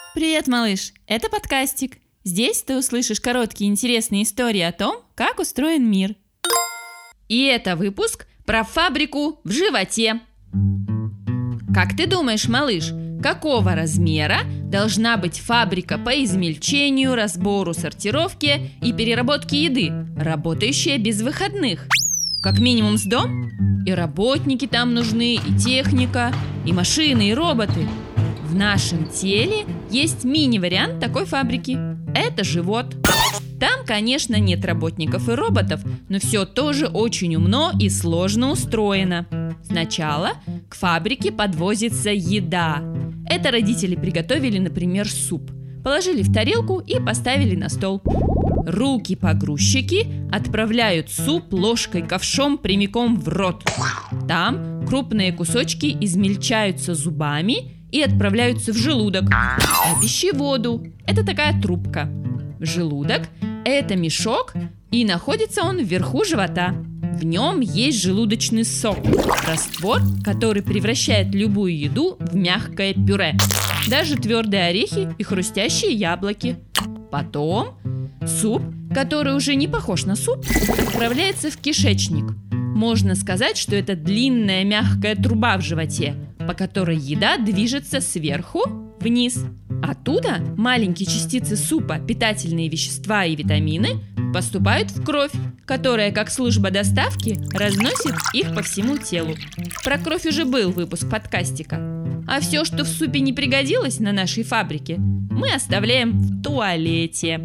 Привет, малыш! Это подкастик. Здесь ты услышишь короткие интересные истории о том, как устроен мир. И это выпуск про фабрику в животе. Как ты думаешь, малыш, какого размера должна быть фабрика по измельчению, разбору, сортировке и переработке еды, работающая без выходных? Как минимум с дом? И работники там нужны, и техника, и машины, и роботы. В нашем теле есть мини-вариант такой фабрики. Это живот. Там, конечно, нет работников и роботов, но все тоже очень умно и сложно устроено. Сначала к фабрике подвозится еда. Это родители приготовили, например, суп. Положили в тарелку и поставили на стол. Руки-погрузчики отправляют суп ложкой-ковшом прямиком в рот. Там крупные кусочки измельчаются зубами и отправляются в желудок. А пищеводу – это такая трубка. Желудок – это мешок, и находится он вверху живота. В нем есть желудочный сок – раствор, который превращает любую еду в мягкое пюре. Даже твердые орехи и хрустящие яблоки. Потом суп, который уже не похож на суп, отправляется в кишечник. Можно сказать, что это длинная мягкая труба в животе, по которой еда движется сверху вниз. Оттуда маленькие частицы супа, питательные вещества и витамины поступают в кровь, которая, как служба доставки, разносит их по всему телу. Про кровь уже был выпуск подкастика. А все, что в супе не пригодилось на нашей фабрике, мы оставляем в туалете.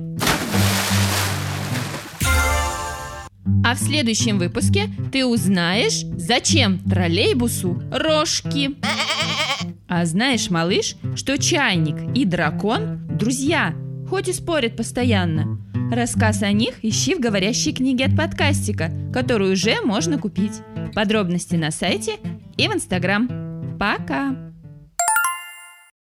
А в следующем выпуске ты узнаешь, зачем троллейбусу рожки. А знаешь, малыш, что чайник и дракон – друзья, хоть и спорят постоянно. Рассказ о них ищи в говорящей книге от подкастика, которую уже можно купить. Подробности на сайте и в Инстаграм. Пока!